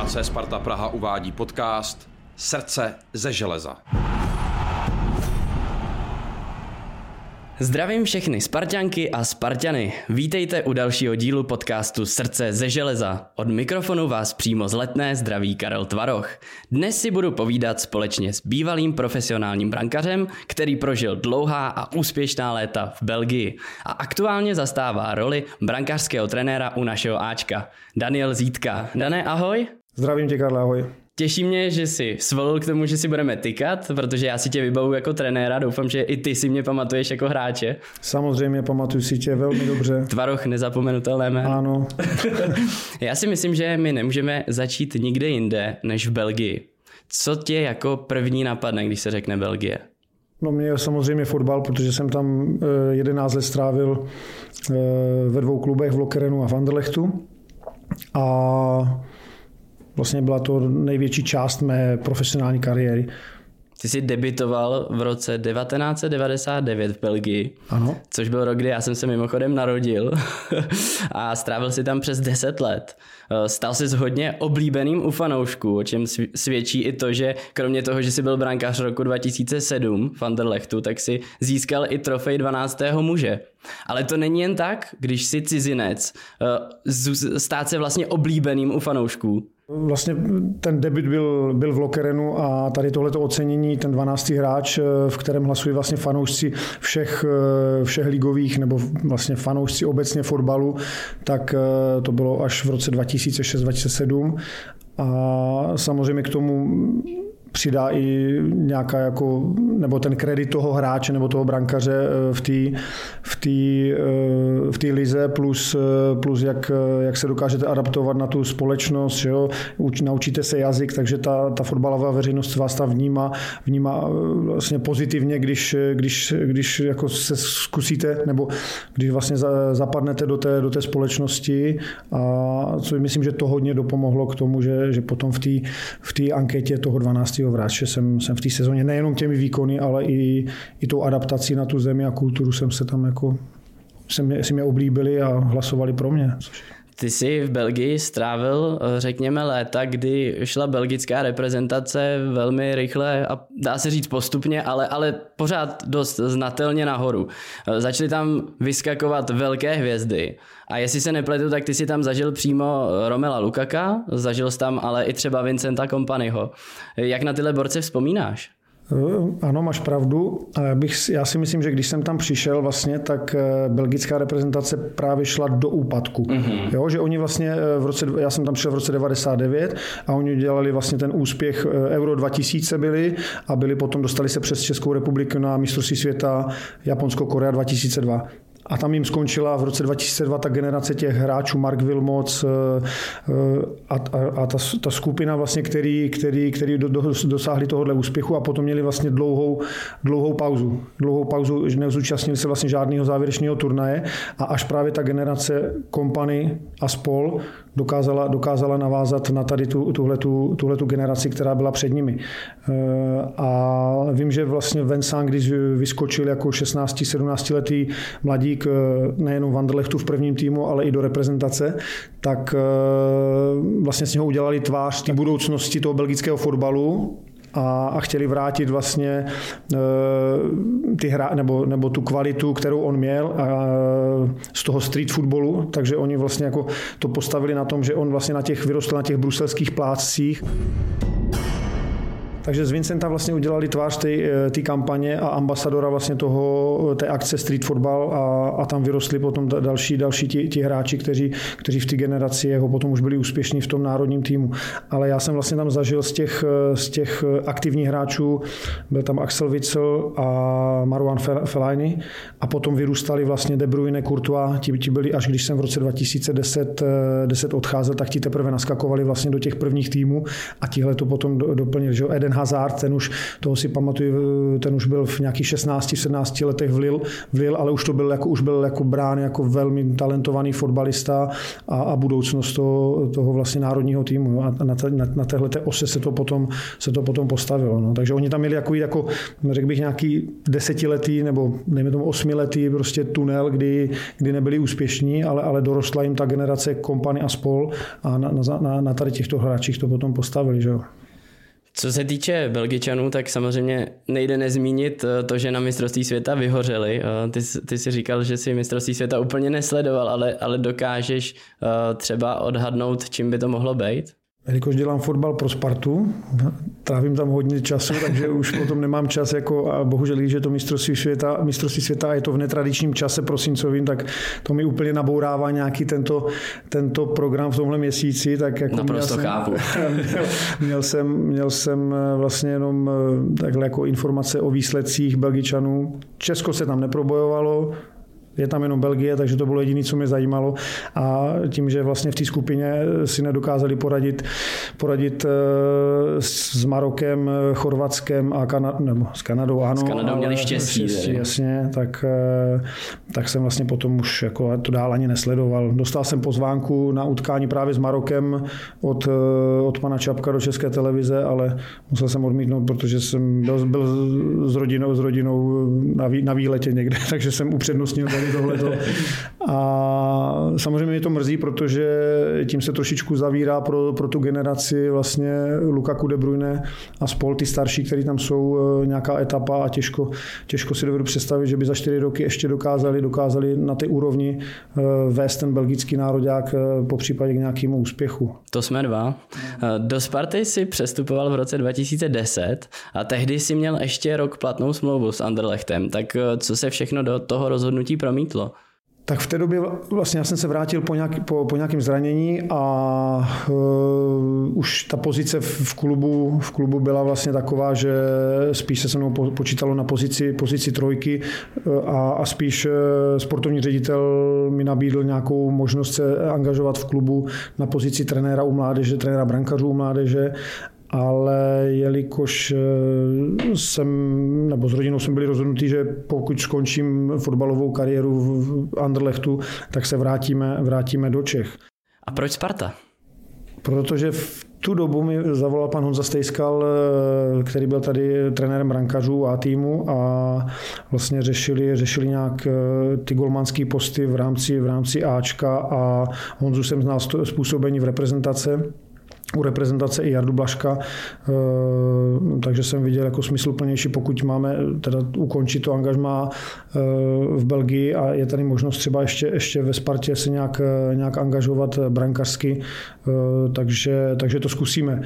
FC Sparta Praha uvádí podcast Srdce ze železa. Zdravím všechny Sparťanky a Sparťany. Vítejte u dalšího dílu podcastu Srdce ze železa. Od mikrofonu vás přímo z Letné zdraví Karel Tvaroch. Dnes si budu povídat společně s bývalým profesionálním brankařem, který prožil dlouhá a úspěšná léta v Belgii a aktuálně zastává roli brankářského trenéra u našeho Ačka. Daniel Zítka. Dané, ahoj. Zdravím tě, Karle, ahoj. Těší mě, že jsi svolil k tomu, že si budeme tykat, protože já si tě vybavu jako trenéra, doufám, že i ty si mě pamatuješ jako hráče. Samozřejmě pamatuju si tě velmi dobře. Tvaroch, nezapomenutelné jméno. Ano. Já si myslím, že my nemůžeme začít nikde jinde než v Belgii. Co tě jako první napadne, když se řekne Belgie? No mě samozřejmě fotbal, protože jsem tam 11 let strávil ve dvou klubech, v Lokerenu a v Anderlechtu. A vlastně byla to největší část mé profesionální kariéry. Ty jsi debitoval v roce 1999 v Belgii, ano. Což byl rok, kdy já jsem se mimochodem narodil a strávil si tam přes 10 let. Stal jsi hodně oblíbeným u fanoušků, o čem svědčí i to, že kromě toho, že jsi byl brankář roku 2007 v Anderlechtu, tak si získal i trofej 12. muže. Ale to není jen tak, když jsi cizinec, stát se vlastně oblíbeným u fanoušků. Vlastně ten debut byl v Lokerenu a tady tohleto ocenění, ten 12. hráč, v kterém hlasují vlastně fanoušci všech ligových nebo vlastně fanoušci obecně fotbalu, tak to bylo až v roce 2006-2007 a samozřejmě k tomu přidá i nějaká jako, nebo ten kredit toho hráče nebo toho brankaře v té lize plus jak se dokážete adaptovat na tu společnost, že jo? Naučíte se jazyk, takže ta fotbalová veřejnost vás tam vnímá vlastně pozitivně, když jako se zkusíte, nebo když vlastně zapadnete do té společnosti a co myslím, že to hodně dopomohlo k tomu, že potom v té anketě toho 12. hráče jsem v té sezóně nejenom těmi výkony, ale i tou adaptací na tu zemi a kulturu jsem se tam jako si mě oblíbili a hlasovali pro mě. Ty jsi v Belgii strávil, řekněme, léta, kdy šla belgická reprezentace velmi rychle a dá se říct postupně, ale pořád dost znatelně nahoru. Začaly tam vyskakovat velké hvězdy a jestli se nepletu, tak ty si tam zažil přímo Romela Lukaka, zažil jsi tam ale i třeba Vincenta Kompanyho. Jak na tyhle borce vzpomínáš? Ano, máš pravdu. Já si myslím, že když jsem tam přišel vlastně, tak belgická reprezentace právě šla do úpadku. Mm-hmm. Jo, že oni vlastně já jsem tam přišel v roce 99 a oni dělali vlastně ten úspěch Euro 2000 a potom dostali se přes Českou republiku na mistrovství světa Japonsko-Korea 2002. A tam jim skončila v roce 2002 ta generace těch hráčů, Mark Wilmots a ta skupina, vlastně, který dosáhli tohohle úspěchu a potom měli vlastně dlouhou pauzu, že nezúčastnili se vlastně žádného závěrečného turnaje a až právě ta generace Kompany a spol dokázala navázat na tady tuhletu generaci, která byla před nimi. A vím, že vlastně Vincent, když vyskočil jako 16-17 letý mladík nejenom v Anderlechtu v prvním týmu, ale i do reprezentace, tak vlastně z něho udělali tvář té budoucnosti toho belgického fotbalu a chtěli vrátit vlastně nebo tu kvalitu, kterou on měl z toho street footballu, takže oni vlastně jako to postavili na tom, že on vlastně vyrostl na těch bruselských plátcích. Takže z Vincenta vlastně udělali tvář té kampaně a ambasadora vlastně té akce Street Football a tam vyrostli potom další ti hráči, kteří v té generaci jeho potom už byli úspěšní v tom národním týmu. Ale já jsem vlastně tam zažil z těch aktivních hráčů, byl tam Axel Witsel a Marouane Fellaini a potom vyrůstali vlastně De Bruyne, Courtois, ti byli, až když jsem v roce 2010 odcházel, tak ti teprve naskakovali vlastně do těch prvních týmů a tihle to potom doplnili, že Eden Hazard, toho si pamatuju, ten už byl v nějakých 16-17 letech vlil, ale už byl jako brán jako velmi talentovaný fotbalista a budoucnost toho vlastně národního týmu. A na téhleté ose se to potom postavilo. No. Takže oni tam měli jako řekl bych, nějaký 10letý nebo dejme tomu 8letý prostě tunel, kdy nebyli úspěšní, ale dorostla jim ta generace Kompany a spol a na tady těchto hráčích to potom postavili. Že jo. Co se týče Belgičanů, tak samozřejmě nejde nezmínit to, že na mistrovství světa vyhořeli. Ty si říkal, že si mistrovství světa úplně nesledoval, ale dokážeš třeba odhadnout, čím by to mohlo být? Jelikož dělám fotbal pro Spartu, trávím tam hodně času, takže už potom nemám čas, a bohužel, když je to mistrovství světa a je to v netradičním čase prosincovým, tak to mi úplně nabourává nějaký tento program v tomhle měsíci. Tak jako naprosto chápu. Měl jsem vlastně jenom takhle jako informace o výsledcích Belgičanů. Česko se tam neprobojovalo, je tam jenom Belgie, takže to bylo jediné, co mě zajímalo. A tím, že vlastně v té skupině si nedokázali poradit s Marokem, Chorvatskem a s Kanadou, ano. S Kanadou měli štěstí. Jasně, tak jsem vlastně potom už jako to dál ani nesledoval. Dostal jsem pozvánku na utkání právě s Marokem od pana Čapka do České televize, ale musel jsem odmítnout, protože jsem byl s rodinou na výletě někde, takže jsem upřednostnil tohleto. A samozřejmě mě to mrzí, protože tím se trošičku zavírá pro tu generaci vlastně Lukaku, De Bruyne a spol, ty starší, kteří tam jsou, nějaká etapa a těžko si dovedu představit, že by za 4 roky ještě dokázali na té úrovni vést ten belgický nároďák popřípadě k nějakému úspěchu. To jsme dva. Do Sparty si přestupoval v roce 2010 a tehdy si měl ještě rok platnou smlouvu s Anderlechtem. Tak co se všechno do toho rozhodnutí promítlo? Tak v té době vlastně já jsem se vrátil po nějakém zranění a už ta pozice v klubu byla vlastně taková, že spíš se mnou počítalo na pozici trojky a spíš sportovní ředitel mi nabídl nějakou možnost se angažovat v klubu na pozici trenéra u mládeže, trenéra brankařů u mládeže. Ale jelikož s rodinou jsme byli rozhodnutí, že pokud skončím fotbalovou kariéru v Anderlechtu, tak se vrátíme do Čech. A proč Sparta? Protože v tu dobu mi zavolal pan Honza Stejskal, který byl tady trenérem brankařů A týmu a vlastně řešili nějak ty golmanské posty v rámci Ačka a Honzu jsem znal způsobení u reprezentace i Jardu Blažka, takže jsem viděl jako smysluplnější, pokud máme teda ukončit to angažmá v Belgii a je tady možnost třeba ještě ve Spartě se nějak angažovat brankařsky, takže to zkusíme.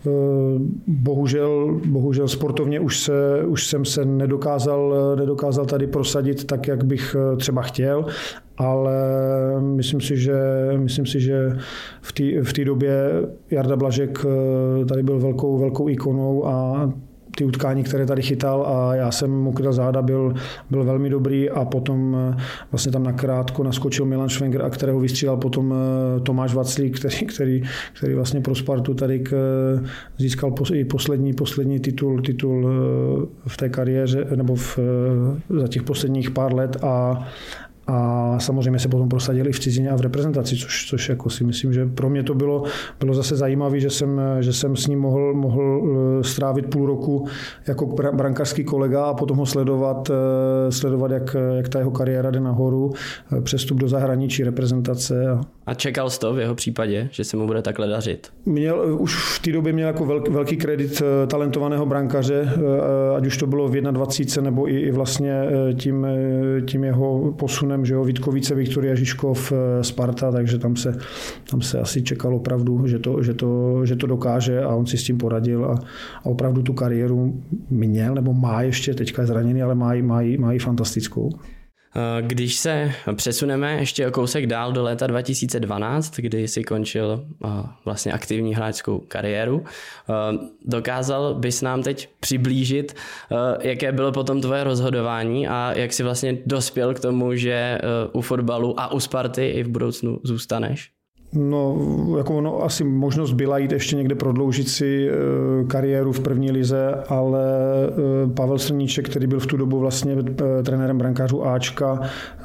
Bohužel sportovně už jsem se nedokázal tady prosadit tak, jak bych třeba chtěl, ale myslím si, že v té době Jarda Blažek tady byl velkou ikonou a ty utkání, které tady chytal a já jsem mu kryl záda, byl velmi dobrý a potom vlastně tam nakrátko naskočil Milan Švenger, a kterého vystřídal potom Tomáš Vaclík, který vlastně pro Spartu tady získal i poslední titul v té kariéře nebo za těch posledních pár let a samozřejmě se potom prosadili v cizině a v reprezentaci, což jako si myslím, že pro mě to bylo zase zajímavé, že jsem s ním mohl strávit půl roku jako brankářský kolega a potom ho sledovat jak ta jeho kariéra jde nahoru, přestup do zahraničí, reprezentace. A čekal jsi to v jeho případě, že se mu bude takhle dařit? Už v té době měl jako velký kredit talentovaného brankaře, ať už to bylo v 21 nebo i vlastně tím jeho posunem, že jo, Vítkovice, Viktoria Žižkov, Sparta, takže tam se asi čekalo opravdu, že to dokáže a on si s tím poradil a opravdu tu kariéru měl, nebo má ještě, teďka je zraněný, ale má ji fantastickou. Když se přesuneme ještě o kousek dál do léta 2012, kdy si končil vlastně aktivní hráčskou kariéru, dokázal bys nám teď přiblížit, jaké bylo potom tvoje rozhodování a jak si vlastně dospěl k tomu, že u fotbalu a u Sparty i v budoucnu zůstaneš? No, jako ono asi možnost byla jít ještě někde prodloužit si kariéru v první lize, ale Pavel Srníček, který byl v tu dobu vlastně trenérem brankářů Ačka,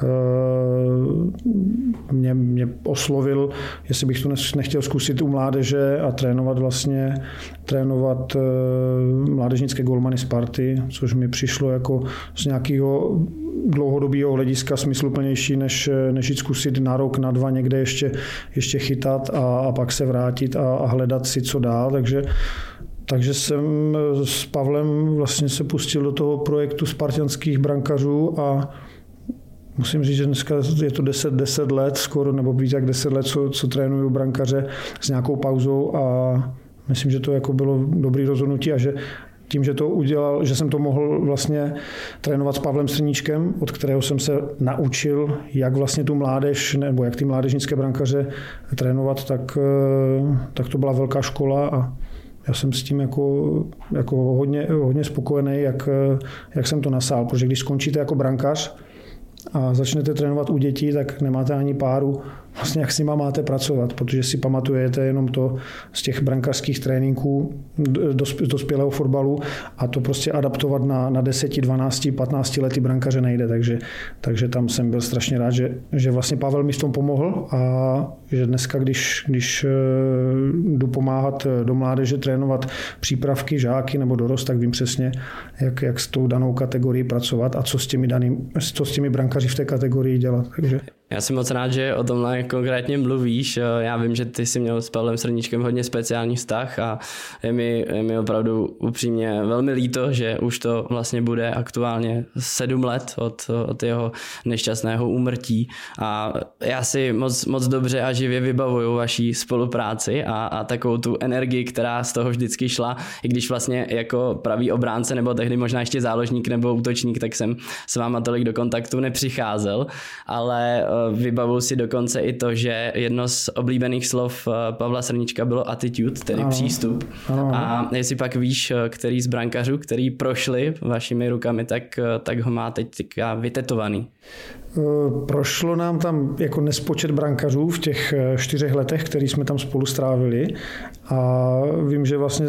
mě oslovil, jestli bych to nechtěl zkusit u mládeže a trénovat mládežnické golmany Sparty, což mi přišlo jako z nějakého dlouhodobého hlediska smysluplnější, než jít zkusit na rok, na 2 někde ještě chytat a pak se vrátit a hledat si, co dál. Takže jsem s Pavlem vlastně se pustil do toho projektu spartanských brankařů a musím říct, že dneska je to 10 let skoro, nebo víc jak 10 let, co trénuju brankaře s nějakou pauzou a myslím, že to jako bylo dobrý rozhodnutí a že tím, že to udělal, že jsem to mohl vlastně trénovat s Pavlem Srníčkem, od kterého jsem se naučil, jak vlastně tu mládež, nebo jak ty mládežnické brankaře trénovat, tak to byla velká škola a já jsem s tím jako hodně spokojený, jak jsem to nasál, protože když skončíte jako brankař a začnete trénovat u dětí, tak nemáte ani páru, vlastně jak s nima máte pracovat, protože si pamatujete jenom to z těch brankářských tréninků dospělého fotbalu a to prostě adaptovat na 10, 12, 15 lety brankaře nejde, takže tam jsem byl strašně rád, že vlastně Pavel mi s tom pomohl a že dneska, když jdu pomáhat do mládeže trénovat přípravky, žáky nebo dorost, tak vím přesně, jak s tou danou kategorií pracovat a co s těmi brankaři v té kategorii dělat. Takže já jsem moc rád, že o tomhle konkrétně mluvíš. Já vím, že ty jsi měl s Pavlem Srníčkem hodně speciální vztah a je mi opravdu upřímně velmi líto, že už to vlastně bude aktuálně 7 let od jeho nešťastného úmrtí. A já si moc dobře a živě vybavuju vaší spolupráci a takovou tu energii, která z toho vždycky šla, i když vlastně jako pravý obránce nebo tehdy možná ještě záložník nebo útočník, tak jsem s váma tolik do kontaktu nepřicházel, ale vybavuju si dokonce i to, že jedno z oblíbených slov Pavla Srníčka bylo attitude, tedy přístup. Ano. A jestli pak víš, který z brankařů, který prošli vašimi rukami, tak ho má teď vytetovaný. Prošlo nám tam jako nespočet brankařů v těch 4 letech, který jsme tam spolu strávili a vím, že vlastně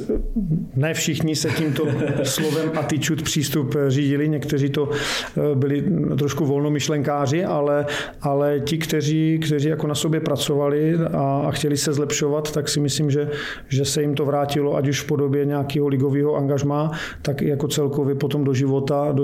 ne všichni se tímto slovem attitude přístup řídili, někteří to byli trošku volnomyšlenkáři, ale ti, kteří jako na sobě pracovali a chtěli se zlepšovat, tak si myslím, že se jim to vrátilo, ať už v podobě nějakého ligového angažmá, tak i jako celkově potom do života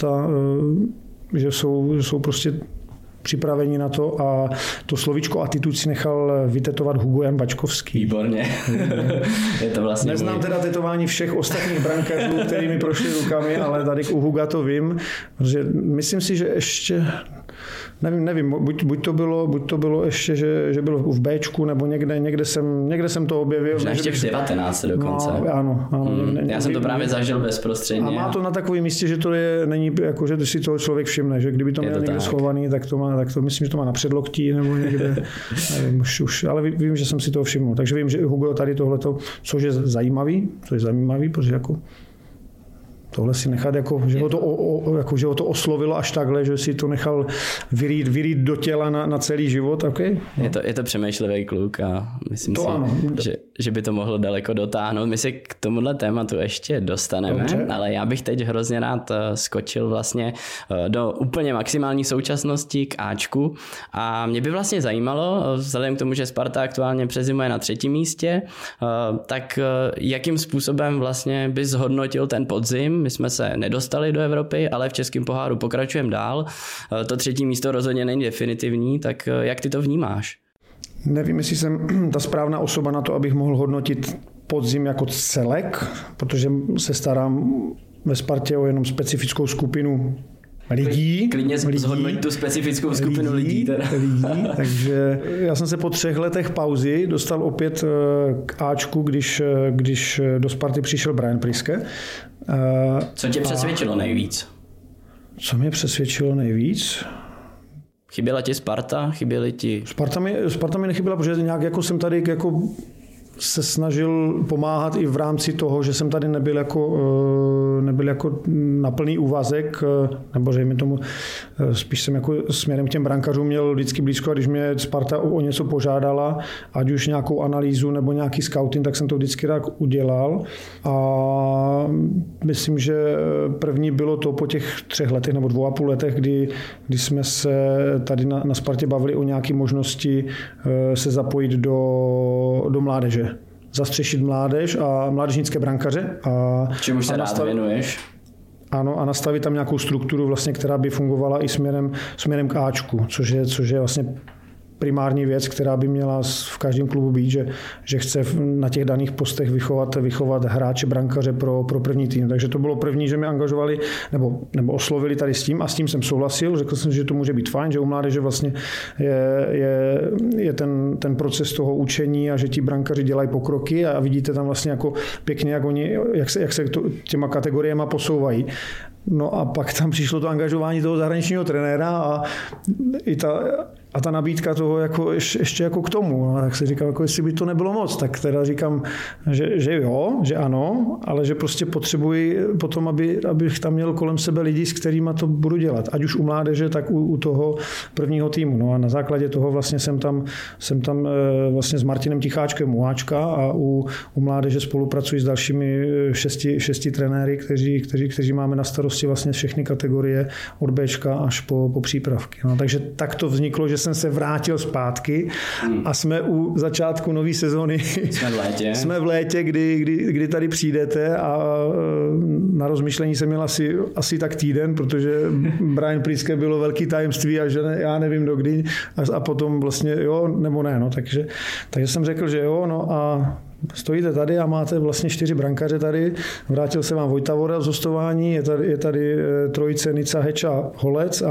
že jsou prostě připraveni na to a to slovíčko attitude si nechal vytetovat Hugo Jan Bačkovský. Výborně. Je to vlastně neznám teda tetování všech ostatních brankařů, kterými prošli rukami, ale tady u Huga to vím, protože myslím si, že ještě nevím, buď to bylo ještě, že bylo v Bčku, nebo někde jsem to objevil. Možná ještě v 19 dokonce. No, ano. Já jsem to právě zažil bezprostředně. A má to na takovém místě, že to není, jako, že si toho člověk všimne, že kdyby to měl někde schovaný, tak to myslím, že to má na předloktí, nebo někde, nevím, už, ale vím, že jsem si toho všiml. Takže vím, že Hugo tady tohleto, což je zajímavý, protože jako tohle si nechat, že ho to oslovilo až takhle, že si to nechal vyrýt do těla na celý život. Okay? No. Je to přemýšlivý kluk a myslím že by to mohlo daleko dotáhnout. My se k tomuhle tématu ještě dostaneme, dobře. Ale já bych teď hrozně rád skočil vlastně do úplně maximální současnosti k Ačku a mě by vlastně zajímalo, vzhledem k tomu, že Sparta aktuálně přezimuje na 3. místě, tak jakým způsobem vlastně bys zhodnotil ten podzim? My jsme se nedostali do Evropy, ale v českém poháru pokračujeme dál. To 3. místo rozhodně není definitivní, tak jak ty to vnímáš? Nevím, jestli jsem ta správná osoba na to, abych mohl hodnotit podzim jako celek, protože se starám ve Spartě o jenom specifickou skupinu lidí. Klidně zhodnoť tu specifickou skupinu lidí. Takže já jsem se po 3 letech pauzy dostal opět k Ačku, když do Sparty přišel Brian Priske. Co tě přesvědčilo nejvíc? Co mě přesvědčilo nejvíc? Chyběla ti Sparta? Chyběly ti... Sparta mi nechyběla, protože nějak jako jsem tady se snažil pomáhat i v rámci toho, že jsem tady nebyl jako nebyl jako na plný úvazek, nebo že mi tomu spíš jsem jako směrem k těm brankařům měl vždycky blízko, a když mě Sparta o něco požádala, ať už nějakou analýzu nebo nějaký scouting, tak jsem to vždycky rád udělal. A myslím, že první bylo to po těch 3 letech nebo 2,5 letech, kdy jsme se tady na Spartě bavili o nějaké možnosti se zapojit do mládeže. Zastřešit mládež a mládežnické brankaře. Čemu se rád věnuješ? Ano, a nastavit tam nějakou strukturu, vlastně, která by fungovala i směrem k Ačku, což je vlastně primární věc, která by měla v každém klubu být, že chce na těch daných postech vychovat hráče, brankaře pro první tým. Takže to bylo první, že mě angažovali nebo oslovili tady s tím, a s tím jsem souhlasil. Řekl jsem, že to může být fajn, že u mládeže vlastně je ten proces toho učení a že ti brankaři dělají pokroky a vidíte tam vlastně jako pěkně, jak se těma kategoriemi posouvají. No a pak tam přišlo to angažování toho zahraničního trenéra a ta nabídka toho jako ještě jako k tomu. No, tak si říkám, jako jestli by to nebylo moc, tak teda říkám, že jo, že ano, ale že prostě potřebuji potom, abych tam měl kolem sebe lidi, s kterými to budu dělat. Ať už u mládeže, tak u toho prvního týmu. No a na základě toho vlastně jsem tam vlastně s Martinem Ticháčkem u Ačka a u mládeže spolupracuji s dalšími 6 trenéry, kteří máme na starosti vlastně všechny kategorie od Bčka až po přípravky. No, takže tak to vzniklo, že jsem se vrátil zpátky a jsme u začátku nové sezóny. Jsme v létě, kdy tady přijdete, a na rozmyšlení jsem měl asi tak týden, protože Brian Priske bylo velký tajemství a že já nevím dokdy, a potom vlastně jo nebo ne. No, takže jsem řekl, že jo, no a stojíte tady a máte vlastně 4 brankaře tady. Vrátil se vám Vojta Voda z hostování, je tady trojice Nica, Heča, Holec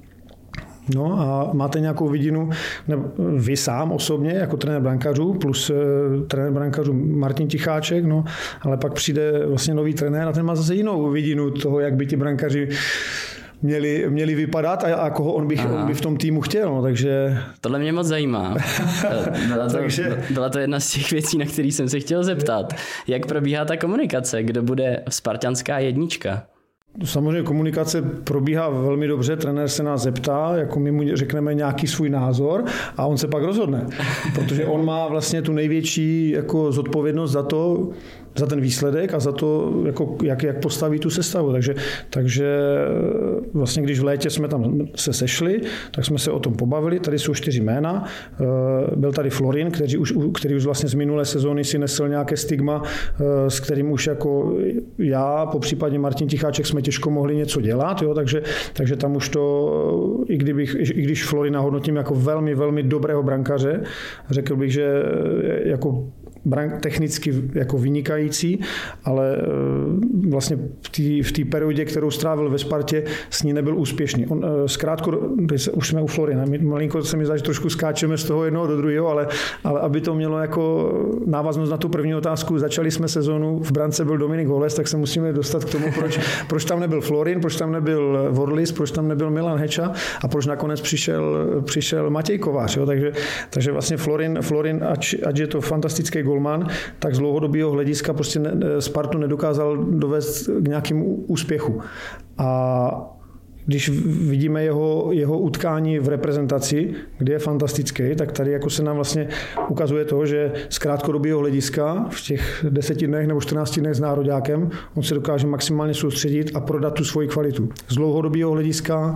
a máte nějakou vidinu, nebo vy sám osobně jako trenér brankařů plus trenér brankařů Martin Ticháček, no, ale pak přijde vlastně nový trenér a ten má zase jinou vidinu toho, jak by ti brankaři měli vypadat a koho on by v tom týmu chtěl. No, takže... Tohle mě moc zajímá. Byla to jedna z těch věcí, na které jsem se chtěl zeptat. Jak probíhá ta komunikace? Kdo bude spartanská jednička? Samozřejmě komunikace probíhá velmi dobře, trenér se nás zeptá, jako my mu řekneme nějaký svůj názor a on se pak rozhodne, protože on má vlastně tu největší jako zodpovědnost za ten výsledek a za to, jako, jak postaví tu sestavu. Takže vlastně, když v létě jsme tam se sešli, tak jsme se o tom pobavili. Tady jsou 4 jména. Byl tady Florin, který už vlastně z minulé sezóny si nesl nějaké stigma, s kterým už jako já, popřípadně Martin Ticháček, jsme těžko mohli něco dělat. Jo? Takže tam už to, i když Florina hodnotím jako velmi, velmi dobrého brankaře, řekl bych, že jako technicky jako vynikající, ale vlastně v té periodě, kterou strávil ve Spartě, s ní nebyl úspěšný. On zkrátko, už jsme u Florina, malinko se mi zdá, že trošku skáčeme z toho jednoho do druhého, ale aby to mělo jako návaznost na tu první otázku, začali jsme sezonu, v brance byl Dominik Holes, tak se musíme dostat k tomu, proč tam nebyl Florin, proč tam nebyl Vorlis, proč tam nebyl Milan Heča a proč nakonec přišel Matěj Kovář. Jo? Takže vlastně Florin, ať je to fantastický golman, tak z dlouhodobého hlediska prostě Spartu nedokázal dovést k nějakému úspěchu. A když vidíme jeho utkání v reprezentaci, kde je fantastický, tak tady jako se nám vlastně ukazuje to, že z krátkodobého hlediska v těch 10 dnech nebo 14 dnech s nároďákem on se dokáže maximálně soustředit a prodat tu svoji kvalitu. Z dlouhodobého hlediska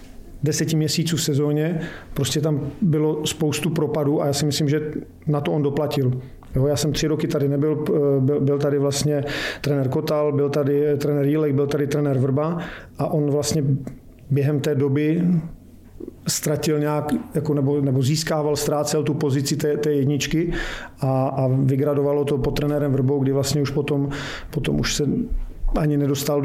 10 měsíců v sezóně prostě tam bylo spoustu propadů a já si myslím, že na to on doplatil. Jo, já jsem 3 roky tady nebyl, byl tady vlastně trenér Kotal, byl tady trenér Jílek, byl tady trenér Vrba a on vlastně během té doby ztratil nějak, jako nebo ztrácel tu pozici té jedničky a vygradovalo to pod trenérem Vrbou, kdy vlastně už potom už se ani nedostal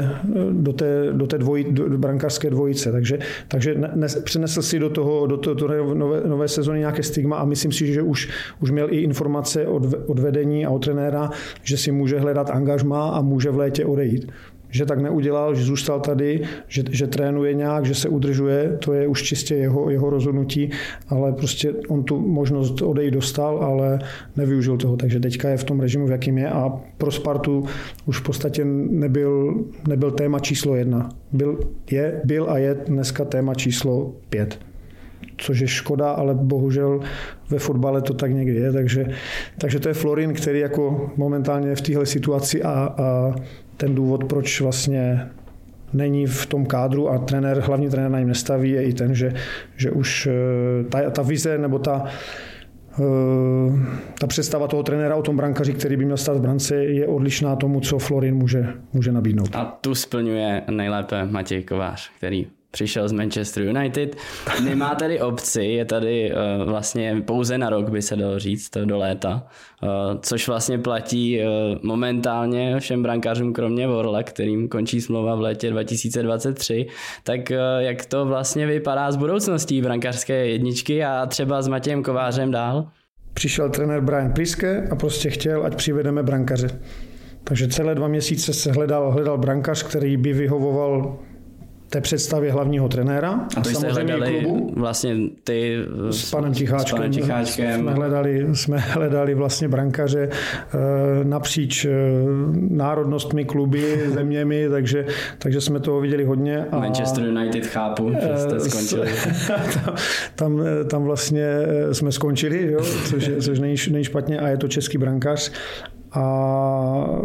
do té brankářské dvojice. Takže přenesl si do toho nové sezony nějaké stigma a myslím si, že už měl i informace od vedení a od trenéra, že si může hledat angažmá a může v létě odejít. že tak neudělal, že zůstal tady, že trénuje nějak, že se udržuje, to je už čistě jeho rozhodnutí, ale prostě on tu možnost odejít dostal, ale nevyužil toho, takže teďka je v tom režimu, v jakým je a pro Spartu už v podstatě nebyl téma číslo 1. Byl a je dneska téma číslo 5. Což je škoda, ale bohužel ve fotbale to tak někdy je, takže to je Florin, který jako momentálně je v téhle situaci a ten důvod, proč vlastně není v tom kádru a hlavní trenér na něm nestaví, je i ten, že už ta vize nebo ta představa toho trenéra o tom brankaři, který by měl stát v brance, je odlišná tomu, co Florin může nabídnout. A tu splňuje nejlépe Matěj Kovář, který přišel z Manchester United. Nemá tady opci, je tady vlastně pouze na rok, by se dalo říct, do léta, což vlastně platí momentálně všem brankářům, kromě Worla, kterým končí smlouva v létě 2023. Tak jak to vlastně vypadá s budoucností brankářské jedničky a třeba s Matějem Kovářem dál? Přišel trenér Brian Priske a prostě chtěl, ať přivedeme brankaře. Takže celé 2 měsíce se hledal brankař, který by vyhovoval té představě hlavního trenéra. A to jste hledali klubu. Vlastně ty s panem Ticháčkem. Jsme hledali vlastně brankaře napříč národnostmi, kluby, zeměmi, takže jsme toho viděli hodně. A Manchester United chápu, že jste skončili. tam vlastně jsme skončili, jo, což není špatně a je to český brankař. A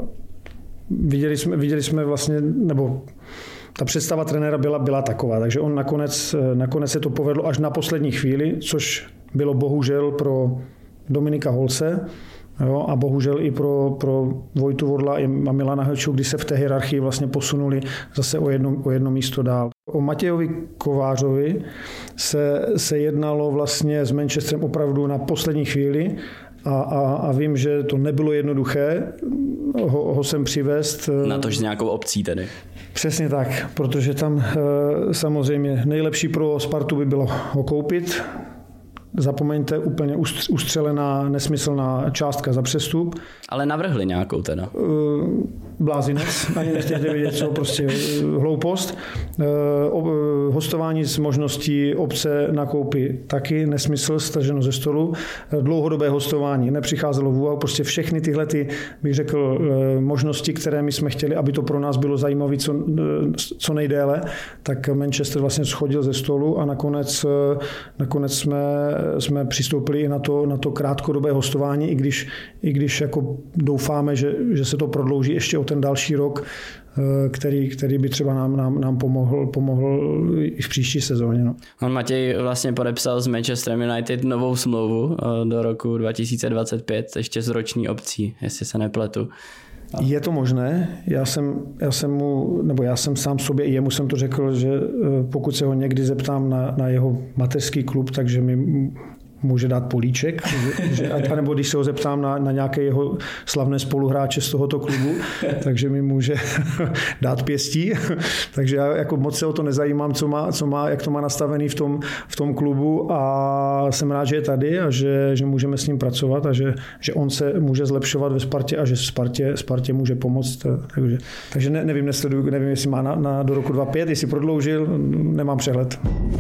viděli jsme vlastně, nebo ta představa trenéra byla taková, takže on nakonec se to povedlo až na poslední chvíli, což bylo bohužel pro Dominika Holce, jo, a bohužel i pro Vojtu Worla a Milana Hlču, kdy se v té hierarchii vlastně posunuli zase o jedno místo dál. O Matějovi Kovářovi se jednalo vlastně s Manchesterem opravdu na poslední chvíli a vím, že to nebylo jednoduché ho sem přivést. Natož s nějakou opcí tedy. Přesně tak, protože tam samozřejmě nejlepší pro Spartu by bylo ho koupit. Zapomeňte, úplně ustřelená, nesmyslná částka za přestup. Ale navrhli nějakou teda. Blázinec, ani nechtějte vědět, co, prostě hloupost. Hostování s možností obce na koupi taky nesmysl, staženo ze stolu. Dlouhodobé hostování nepřicházelo v úvahu, prostě všechny tyhle, bych řekl, možnosti, které my jsme chtěli, aby to pro nás bylo zajímavé co nejdéle, tak Manchester vlastně schodil ze stolu a nakonec jsme přistoupili i na to krátkodobé hostování, i když jako doufáme, že se to prodlouží ještě o ten další rok, který by třeba nám pomohl i v příští sezóně. No. On Matěj vlastně podepsal s Manchester United novou smlouvu do roku 2025, ještě s roční opcí, jestli se nepletu. Je to možné. Já jsem sám sobě, i jemu jsem to řekl, že pokud se ho někdy zeptám na jeho mateřský klub, takže mi může dát políček, anebo když se ho zeptám na nějaké jeho slavné spoluhráče z tohoto klubu, takže mi může dát pěstí. Takže já jako moc se o to nezajímám, jak to má nastavený v tom klubu a jsem rád, že je tady a že můžeme s ním pracovat a že on se může zlepšovat ve Spartě a že Spartě může pomoct. Takže nevím, jestli má do roku 2025, jestli prodloužil, nemám přehled.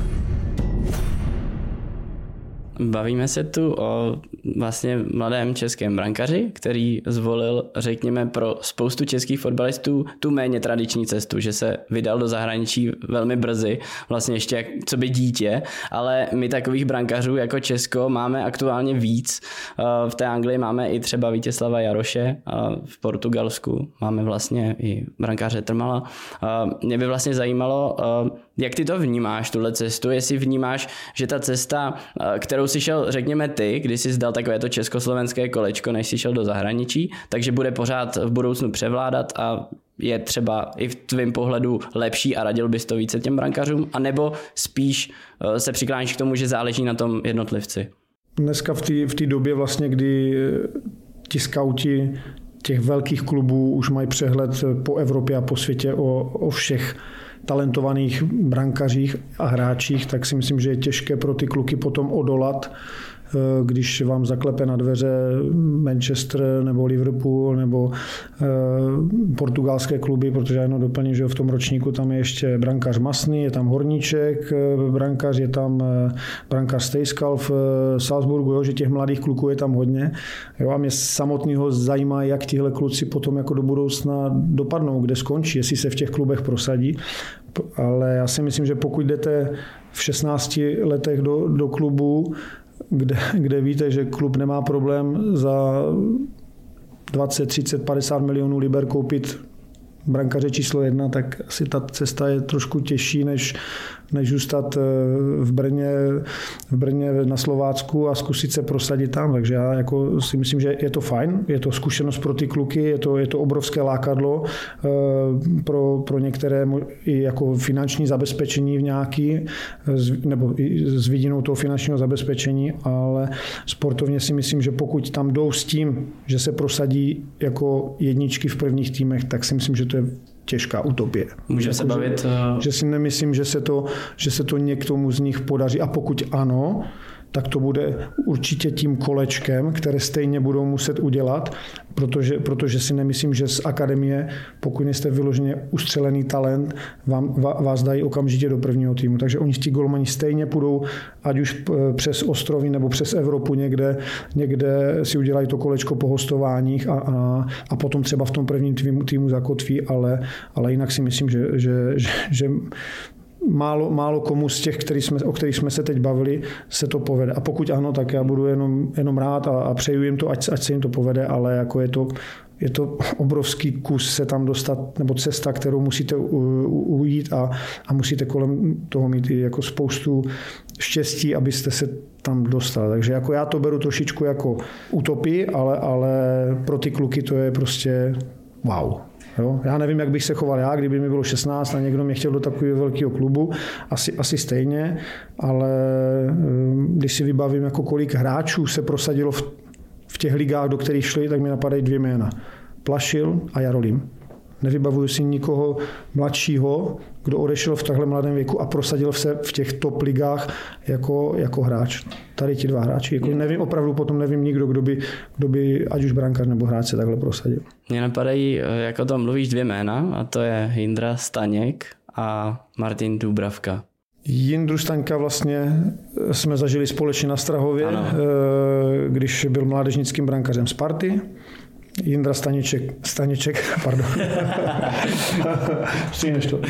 Bavíme se tu o vlastně mladém českém brankaři, který zvolil, řekněme, pro spoustu českých fotbalistů tu méně tradiční cestu, že se vydal do zahraničí velmi brzy, vlastně ještě co by dítě, ale my takových brankařů jako Česko máme aktuálně víc. V té Anglii máme i třeba Vítězslava Jaroše, v Portugalsku máme vlastně i brankáře Trmala. Mě by vlastně zajímalo, jak ty to vnímáš, tuhle cestu, jestli vnímáš, že ta cesta, kterou si šel, řekněme ty, když jsi zdal takové to československé kolečko, než jsi šel do zahraničí, takže bude pořád v budoucnu převládat a je třeba i v tvém pohledu lepší a radil bys to více těm brankařům, anebo spíš se přikláníš k tomu, že záleží na tom jednotlivci? Dneska v té době vlastně, kdy ti skauti těch velkých klubů už mají přehled po Evropě a po světě o všech talentovaných brankařích a hráčích, tak si myslím, že je těžké pro ty kluky potom odolat když vám zaklepe na dveře Manchester nebo Liverpool nebo portugalské kluby, protože já jenom doplním, že v tom ročníku tam je ještě brankář Masný, je tam Horníček, brankář, je tam brankář Stejskal v Salzburgu, jo, že těch mladých kluků je tam hodně. Jo, a mě samotného zajímá, jak tihle kluci potom jako do budoucna dopadnou, kde skončí, jestli se v těch klubech prosadí. Ale já si myslím, že pokud jdete v 16 letech do klubu, kde víte, že klub nemá problém za 20, 30, 50 milionů liber koupit brankaře číslo 1, tak asi ta cesta je trošku těžší, než zůstat v Brně na Slovácku a zkusit se prosadit tam. Takže já jako si myslím, že je to fajn, je to zkušenost pro ty kluky, je to obrovské lákadlo pro některé i jako finanční zabezpečení v nějaký, nebo s vidinou toho finančního zabezpečení, ale sportovně si myslím, že pokud tam jdou s tím, že se prosadí jako jedničky v prvních týmech, tak si myslím, že to je těžká utopie. Můžeme se bavit... Že si nemyslím, že se to někomu z nich podaří. A pokud ano, tak to bude určitě tím kolečkem, které stejně budou muset udělat, protože si nemyslím, že z akademie, pokud jste vyloženě ustřelený talent, vás dají okamžitě do prvního týmu. Takže oni ti golmani stejně půjdou, ať už přes ostrovy nebo přes Evropu někde si udělají to kolečko po hostováních a potom třeba v tom prvním týmu zakotví, ale jinak si myslím, že málo komu z těch, o kterých jsme se teď bavili, se to povede. A pokud ano, tak já budu jenom rád a přeju jim to, ať se jim to povede, ale jako je to obrovský kus se tam dostat, nebo cesta, kterou musíte ujít a musíte kolem toho mít i jako spoustu štěstí, abyste se tam dostali. Takže jako já to beru trošičku jako utopii, ale pro ty kluky to je prostě wow. Jo? Já nevím, jak bych se choval já, kdyby mi bylo 16 a někdo mě chtěl do takového velkého klubu, asi stejně, ale když si vybavím, jako kolik hráčů se prosadilo v těch ligách, do kterých šli, tak mi napadají 2 jména. Plašil a Jarolím. Nevybavuju si nikoho mladšího, kdo odešel v takhle mladém věku a prosadil se v těch top ligách jako hráč. Tady ti 2 hráči. Jako opravdu potom nevím nikdo, kdo by ať už brankář nebo hráč se takhle prosadil. Mně napadají, jak o tom mluvíš, 2 jména, a to je Jindra Staněk a Martin Dubravka. Jindru Staňka vlastně jsme zažili společně na Strahově, když byl mládežnickým brankařem Sparty. Jindra Staněček, pardon. Stejneš to.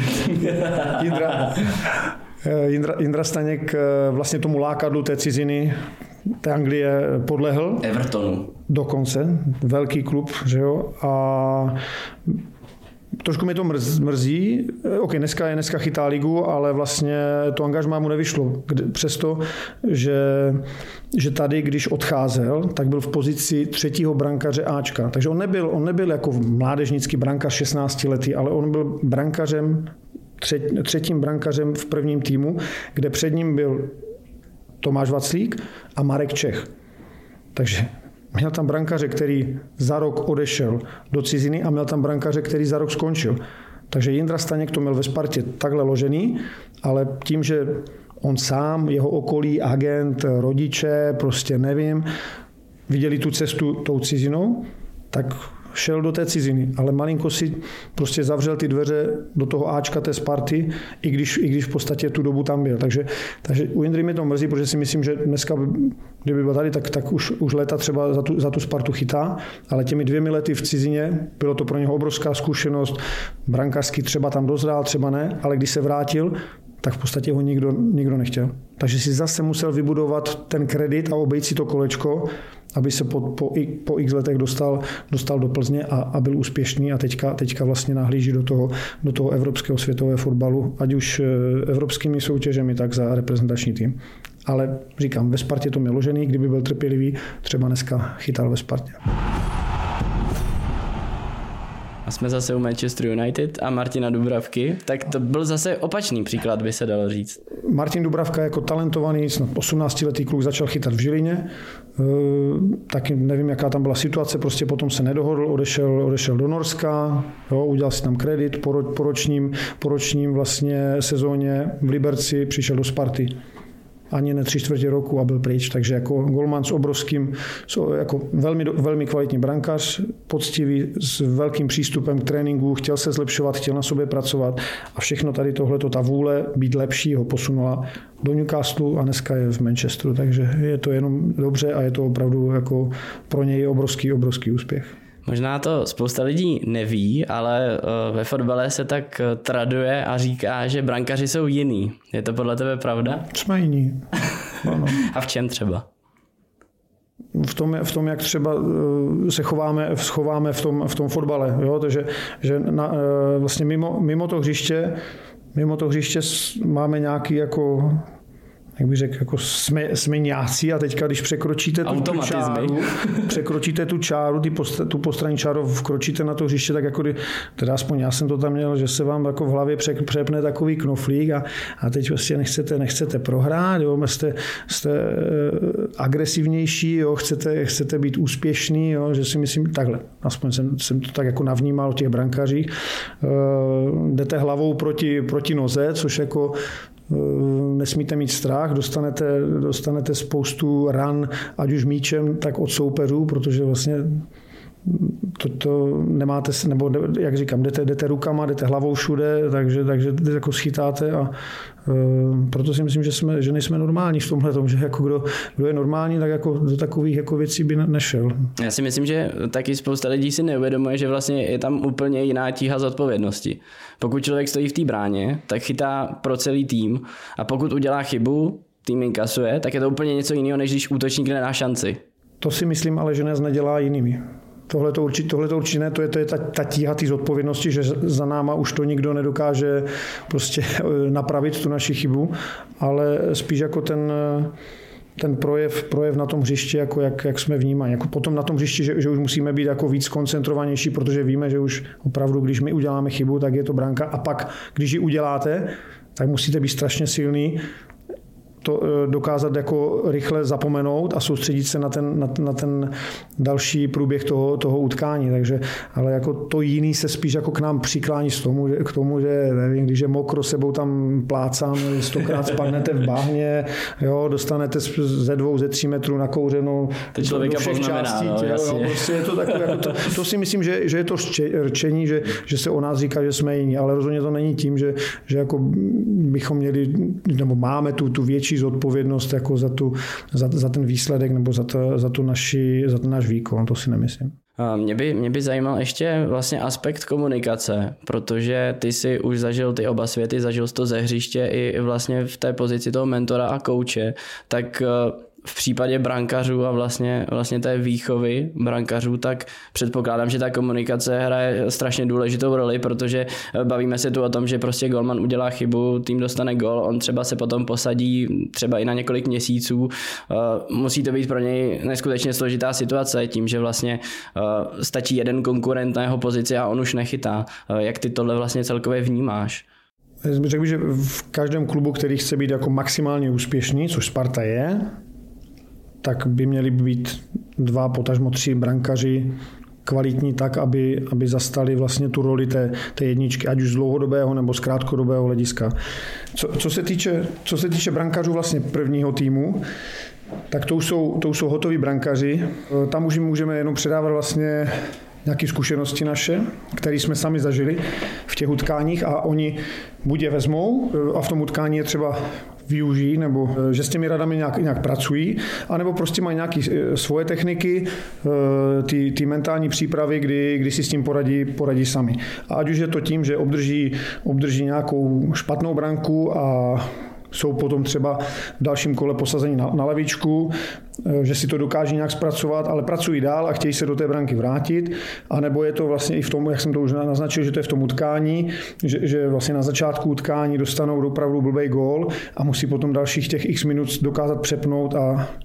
Jindra Staněk vlastně tomu lákadlu té ciziny, té Anglie podlehl. Evertonu. Dokonce, velký klub, že jo, a trošku mi to mrzí. OK, dneska chytá ligu, ale vlastně to angažmá mu nevyšlo. Přesto, že tady, když odcházel, tak byl v pozici 3. brankaře Ačka. Takže on nebyl jako mládežnický brankař 16 letý, ale on byl brankařem, 3. brankařem v prvním týmu, kde před ním byl Tomáš Vaclík a Marek Čech. Takže měl tam brankaře, který za rok odešel do ciziny a měl tam brankaře, který za rok skončil. Takže Jindra Staněk to měl ve Spartě takhle ložený, ale tím, že on sám, jeho okolí, agent, rodiče, prostě nevím, viděli tu cestu tou cizinou, tak šel do té ciziny, ale malinko si prostě zavřel ty dveře do toho Ačka té Sparty, i když v podstatě tu dobu tam byl. Takže u Jindry mi to mrzí, protože si myslím, že dneska, kdyby byl tady, tak už léta třeba za tu Spartu chytá, ale těmi 2 lety v cizině bylo to pro něho obrovská zkušenost. Brankářský třeba tam dozrál, třeba ne, ale když se vrátil, tak v podstatě ho nikdo nechtěl. Takže si zase musel vybudovat ten kredit a obejít si to kolečko, aby se po x letech dostal do Plzně a byl úspěšný a teďka vlastně nahlíží do toho evropského světového fotbalu, ať už evropskými soutěžemi, tak za reprezentační tým. Ale říkám, ve Spartě to měl ložený, kdyby byl trpělivý, třeba dneska chytal ve Spartě. A jsme zase u Manchester United a Martina Dubravky, tak to byl zase opačný příklad, by se dalo říct. Martin Dubravka jako talentovaný, snad 18letý kluk začal chytat v Žilině, taky nevím, jaká tam byla situace, prostě potom se nedohodl, odešel do Norska, jo, udělal si tam kredit, po ročním vlastně sezóně v Liberci přišel do Sparty. ani ne 3/4 roku a byl pryč. Takže jako golman s obrovským, jako velmi kvalitní brankář, poctivý, s velkým přístupem k tréninku, chtěl se zlepšovat, chtěl na sobě pracovat a všechno tady tohleto, ta vůle být lepší ho posunula do Newcastlu a dneska je v Manchesteru, takže je to jenom dobře a je to opravdu jako pro něj obrovský úspěch. Možná to spousta lidí neví, ale ve fotbale se tak traduje a říká, že brankaři jsou jiný. Je to podle tebe pravda? Jsme jiní. Ano. A v čem třeba? V tom, jak třeba se chováme v tom fotbale. Jo? Takže že vlastně mimo to hřiště máme nějaký jako, jak bych řekl, jako jsme nějací a teďka, když překročíte tu čáru, tu postranní čáru, vkročíte na to hřiště, tak jako teda aspoň já jsem to tam měl, že se vám jako v hlavě přepne takový knoflík a teď vlastně nechcete prohrát, jo, jste agresivnější, jo, chcete být úspěšný, jo, že si myslím takhle, aspoň jsem to tak jako navnímal o těch brankařích, jdete hlavou proti noze, což jako nesmíte mít strach, dostanete spoustu ran, ať už míčem, tak od soupeřů, protože vlastně to nemáte, nebo jak říkám, jdete rukama, jdete hlavou všude, takže jako schytáte a proto si myslím, že nejsme normální v tomhletom, že jako kdo je normální, tak jako do takových jako věcí by nešel. Já si myslím, že taky spousta lidí si neuvědomuje, že vlastně je tam úplně jiná tíha zodpovědnosti. Pokud člověk stojí v té bráně, tak chytá pro celý tým a pokud udělá chybu, tým inkasuje, tak je to úplně něco jiného, než když útočník nedá šanci. To si myslím ale, že nás nedělá jinými. Tohle to určitě ne, to je ta tíha té zodpovědnosti, že za náma už to nikdo nedokáže prostě napravit tu naši chybu, ale spíš jako ten projev na tom hřišti, jako jak jsme vnímaní. Jako potom na tom hřišti, že už musíme být jako víc koncentrovanější, protože víme, že už opravdu, když my uděláme chybu, tak je to branka a pak, když ji uděláte, tak musíte být strašně silný, to dokázat jako rychle zapomenout a soustředit se na ten další průběh toho utkání. Takže, ale jako to jiný se spíš jako k nám přiklání k tomu, že nevím, když je mokro, sebou tam plácám, 100krát spadnete v bahně, jo, dostanete ze 2-3 metrů nakouřenou do všech částí. Prostě je to takové, jako to si myslím, že je to rčení, že se o nás říká, že jsme jiní, ale rozhodně to není tím, že jako bychom měli, nebo máme tu větší zodpovědnost jako za ten výsledek nebo za ten náš výkon, to si nemyslím. Mě by zajímal ještě vlastně aspekt komunikace, protože ty si už zažil ty oba světy, zažil jsi to ze hřiště i vlastně v té pozici toho mentora a kouče, tak v případě brankařů a vlastně té výchovy brankařů, tak předpokládám, že ta komunikace hraje strašně důležitou roli, protože bavíme se tu o tom, že prostě golman udělá chybu, tým dostane gól, on třeba se potom posadí třeba i na několik měsíců. Musí to být pro něj neskutečně složitá situace tím, že vlastně stačí jeden konkurent na jeho pozici a on už nechytá. Jak ty tohle vlastně celkově vnímáš? Řekl bych, že v každém klubu, který chce být jako maximálně úspěšný, což Sparta je, tak by měli být 2, potažmo 3 brankaři kvalitní tak, aby zastali vlastně tu roli té jedničky, ať už z dlouhodobého nebo z krátkodobého hlediska. Co se týče brankařů vlastně prvního týmu, tak to jsou hotoví brankaři. Tam už jim můžeme jenom předávat vlastně nějaké zkušenosti naše, které jsme sami zažili v těch utkáních a oni buď je vezmou a v tom utkání je třeba využijí, nebo že s těmi radami nějak pracují, anebo prostě mají nějaké svoje techniky, ty mentální přípravy, kdy si s tím poradí sami. A ať už je to tím, že obdrží nějakou špatnou branku a jsou potom třeba v dalším kole posazení na lavičku, že si to dokáží nějak zpracovat, ale pracují dál a chtějí se do té branky vrátit, anebo je to vlastně i v tom, jak jsem to už naznačil, že to je v tom utkání, že vlastně na začátku utkání dostanou opravdu blbej gól a musí potom dalších těch x minut dokázat přepnout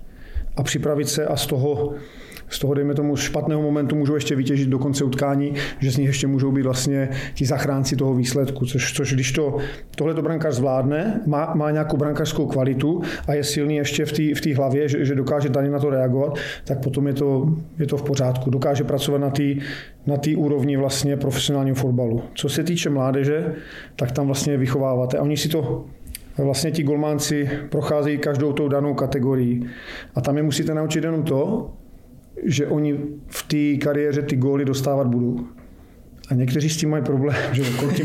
a připravit se a z toho, dejme tomu, špatného momentu můžou ještě vytěžit do konce utkání, že z nich ještě můžou být vlastně ti zachránci toho výsledku, což když tohleto brankář zvládne, má nějakou brankářskou kvalitu a je silný ještě v té hlavě, že dokáže tady na to reagovat, tak potom je to v pořádku. Dokáže pracovat na té úrovni vlastně profesionálního fotbalu. Co se týče mládeže, tak tam vlastně vychováváte. A oni si to vlastně ti golmánci procházejí každou tou danou kategorii. A tam je musíte naučit jenom to, že oni v té kariéře ty góly dostávat budou. A někteří s tím mají problém, že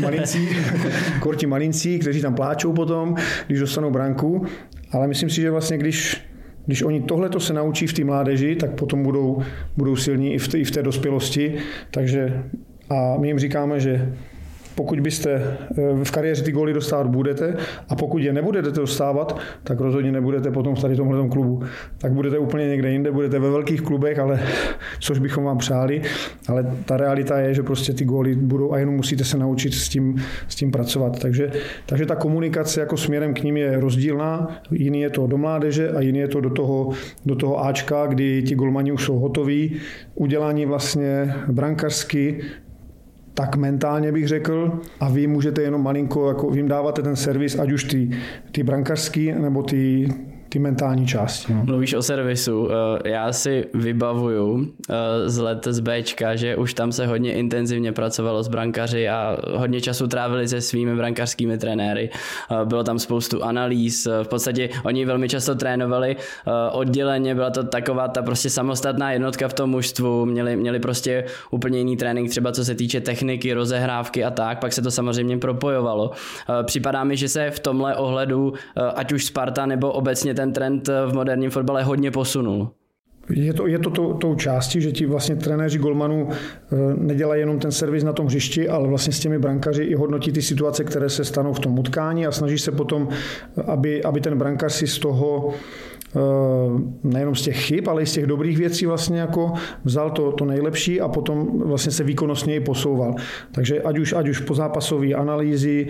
korti malincí, kteří tam pláčou potom, když dostanou branku. Ale myslím si, že vlastně když oni tohleto se naučí v té mládeži, tak potom budou silní i v té dospělosti. Takže a my jim říkáme, že pokud byste v kariéře ty góly dostávat budete a pokud je nebudete dostávat, tak rozhodně nebudete potom v tady tomhletom klubu. Tak budete úplně někde jinde, budete ve velkých klubech, ale což bychom vám přáli, ale ta realita je, že prostě ty góly budou a jenom musíte se naučit s tím pracovat. Takže ta komunikace jako směrem k ním je rozdílná, jiný je to do mládeže a jiný je to do toho Ačka, kdy ti golmani už jsou hotoví, udělání vlastně brankařsky, tak mentálně bych řekl, a vy můžete jenom malinko, jako vy jim dáváte ten servis, ať už ty brankařský nebo ty mentální části. No. Mluvíš o servisu. Já si vybavuju z let z Bčka, že už tam se hodně intenzivně pracovalo s brankaři a hodně času trávili se svými brankařskými trenéry. Bylo tam spoustu analýz. V podstatě oni velmi často trénovali odděleně, byla to taková ta prostě samostatná jednotka v tom mužstvu. Měli prostě úplně jiný trénink, třeba co se týče techniky, rozehrávky a tak, pak se to samozřejmě propojovalo. Připadá mi, že se v tomhle ohledu, ať už Sparta nebo obecně ten trend v moderním fotbale hodně posunul. Je to tou částí, že ti vlastně trenéři golmanů nedělají jenom ten servis na tom hřišti, ale vlastně s těmi brankaři i hodnotí ty situace, které se stanou v tom utkání a snaží se potom, aby ten brankař si z toho nejenom z těch chyb, ale i z těch dobrých věcí vlastně jako vzal to nejlepší a potom vlastně se výkonnostně i posouval. Takže ať už pozápasové analýzy,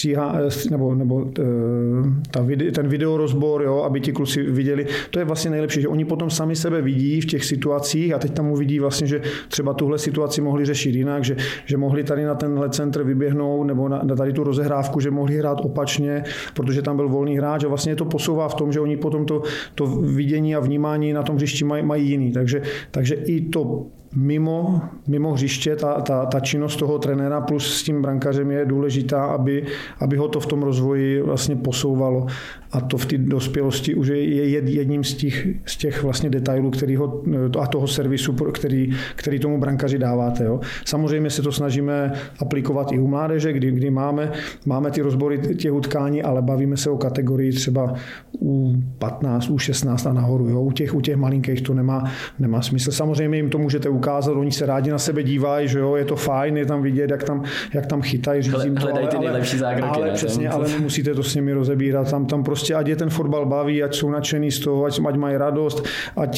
nebo ten videorozbor, jo, aby ti kluci viděli, to je vlastně nejlepší, že oni potom sami sebe vidí v těch situacích a teď tam uvidí vlastně, že třeba tuhle situaci mohli řešit jinak, že mohli tady na tenhle centr vyběhnout nebo na tady tu rozehrávku, že mohli hrát opačně, protože tam byl volný hráč a vlastně to posouvá v tom, že oni potom to vidění a vnímání na tom hřišti mají jiný. Takže i to mimo hřiště, ta činnost toho trenéra plus s tím brankařem je důležitá, aby ho to v tom rozvoji vlastně posouvalo. A to v té dospělosti už je jedním z těch vlastně detailů, a toho servisu, který tomu brankaři dáváte. Jo. Samozřejmě se to snažíme aplikovat i u mládeže, kdy máme ty rozbory těch utkání, ale bavíme se o kategorii třeba U15, U16 a nahoru. Jo. U těch malinkých to nemá smysl. Samozřejmě jim to můžete ukázat, oni se rádi na sebe dívají, že jo, je to fajn, je tam vidět, jak tam chytají, řízím to, hledají ty nejlepší zákroky. Ale přesně, ale nemusíte to s nimi rozebírat, tam prostě ať je ten fotbal baví, ať jsou nadšený z toho, ať mají radost, ať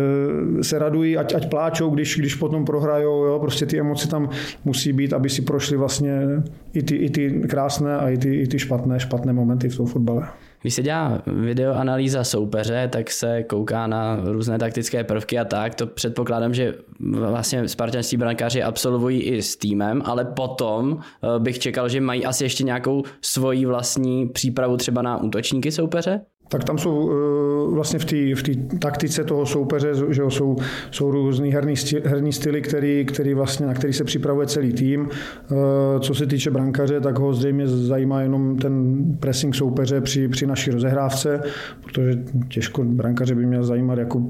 se radují, ať pláčou, když potom prohrajou, jo, prostě ty emoce tam musí být, aby si prošly vlastně i ty krásné a i ty špatné momenty v tom fotbale. Když se dělá videoanalýza soupeře, tak se kouká na různé taktické prvky a tak. To předpokládám, že vlastně spartanští brankáři absolvují i s týmem, ale potom bych čekal, že mají asi ještě nějakou svoji vlastní přípravu třeba na útočníky soupeře? Tak tam jsou vlastně v té taktice toho soupeře, že jsou různý herní styly, na který se připravuje celý tým. Co se týče brankaře, tak ho zřejmě zajímá jenom ten pressing soupeře při naší rozehrávce, protože těžko brankaře by měl zajímat jako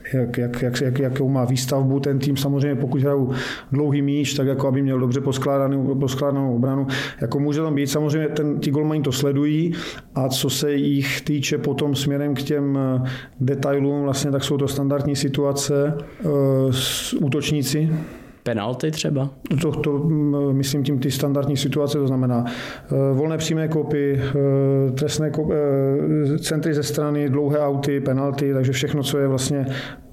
jakou má výstavbu ten tým. Samozřejmě pokud hrajou dlouhý míč, tak jako aby měl dobře poskládanou obranu. Jako může tam být, samozřejmě ti golmani to sledují a co se jich týče potom směrem k těm detailům, vlastně tak jsou to standardní situace s útočníci. Penalty třeba? To myslím tím ty standardní situace, to znamená volné přímé kopy, trestné centry ze strany, dlouhé auty, penalty, takže všechno, co je vlastně,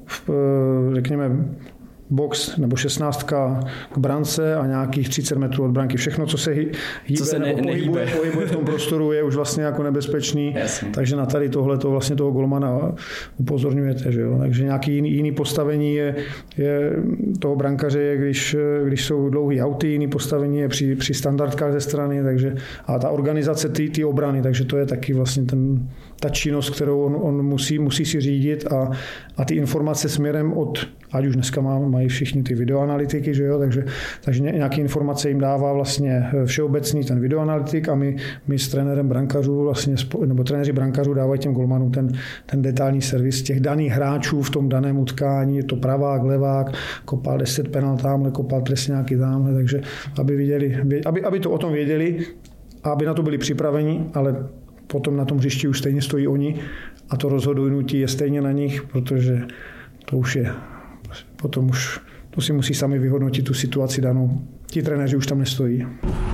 řekněme, box nebo 16 k brance a nějakých 30 metrů od branky. Všechno, co se pohybuje v tom prostoru, je už vlastně jako nebezpečný. Jasně. Takže na tady tohleto vlastně toho golmana upozorňujete. Že jo? Takže nějaký jiný postavení je toho brankaře, když jsou dlouhý auty, jiný postavení je při standardkách ze strany, takže a ta organizace ty obrany, takže to je taky vlastně ta činnost, kterou on musí si řídit a ty informace směrem od, ať už dneska mají všichni ty videoanalytiky, že jo, takže nějaké informace jim dává vlastně všeobecný ten videoanalytik a my s trenérem brankařů vlastně, nebo trenéři brankařů dávají těm golmanům ten detailní servis těch daných hráčů v tom daném utkání, je to pravák, levák, kopal 10 penalt tamhle, kopal trestňáky tamhle, takže aby to o tom věděli, aby na to byli připraveni, ale potom na tom hřišti už stejně stojí oni a to rozhodnutí je stejně na nich, protože to už je, potom už to si musí sami vyhodnotit tu situaci danou. Ti trenéři už tam nestojí.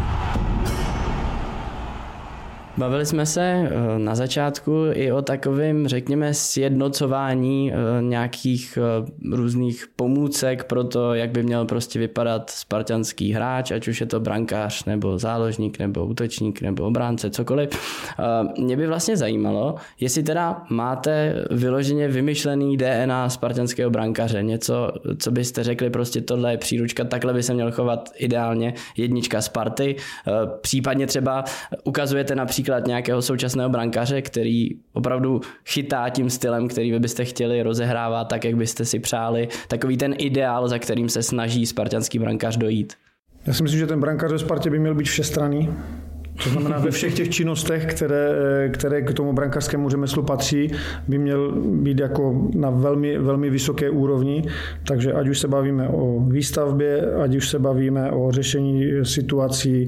Bavili jsme se na začátku i o takovém, řekněme, sjednocování nějakých různých pomůcek pro to, jak by měl prostě vypadat spartanský hráč, ať už je to brankář, nebo záložník, nebo útočník, nebo obránce, cokoliv. Mě by vlastně zajímalo, jestli teda máte vyloženě vymyšlený DNA spartanského brankaře, něco, co byste řekli, prostě tohle je příručka, takhle by se měl chovat ideálně jednička Sparty, případně třeba ukazujete například nějakého současného brankaře, který opravdu chytá tím stylem, který vy byste chtěli rozehrávat tak, jak byste si přáli. Takový ten ideál, za kterým se snaží spartanský brankář dojít. Já si myslím, že ten brankář ve Spartě by měl být všestranný. To znamená, ve všech těch činnostech, které k tomu brankářskému řemeslu patří, by měl být jako na velmi, velmi vysoké úrovni. Takže ať už se bavíme o výstavbě, ať už se bavíme o řešení situací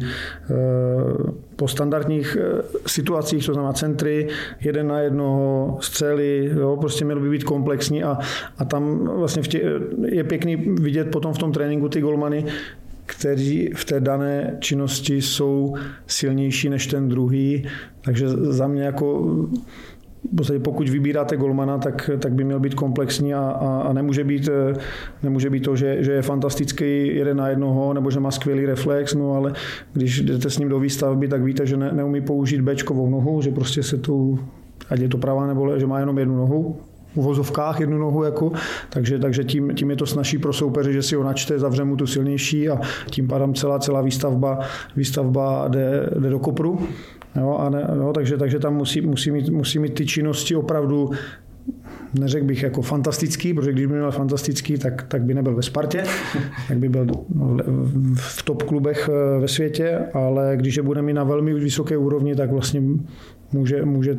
po standardních situacích, to znamená centry, 1 na 1, střely, jo, prostě měl by být komplexní a tam vlastně je pěkný vidět potom v tom tréninku ty golmany, kteří v té dané činnosti jsou silnější než ten druhý. Takže za mě jako v podstatě pokud vybíráte golmana, tak by měl být komplexní a nemůže být to, že je fantastický 1 na 1 nebo že má skvělý reflex, no ale když jdete s ním do výstavby, tak víte, že neumí použít béčkovou nohu, že prostě se to, ať je to pravá nebo že má jenom jednu nohu, v uvozovkách jednu nohu, jako, takže tím je to snazší pro soupeře, že si ho načte, zavře mu tu silnější a tím pádem celá výstavba jde do kopru. Jo, takže tam musí mít ty činnosti opravdu, neřekl bych jako fantastický, protože když by měl fantastický, tak by nebyl ve Spartě, tak by byl v top klubech ve světě, ale když je bude mít na velmi vysoké úrovni, tak vlastně může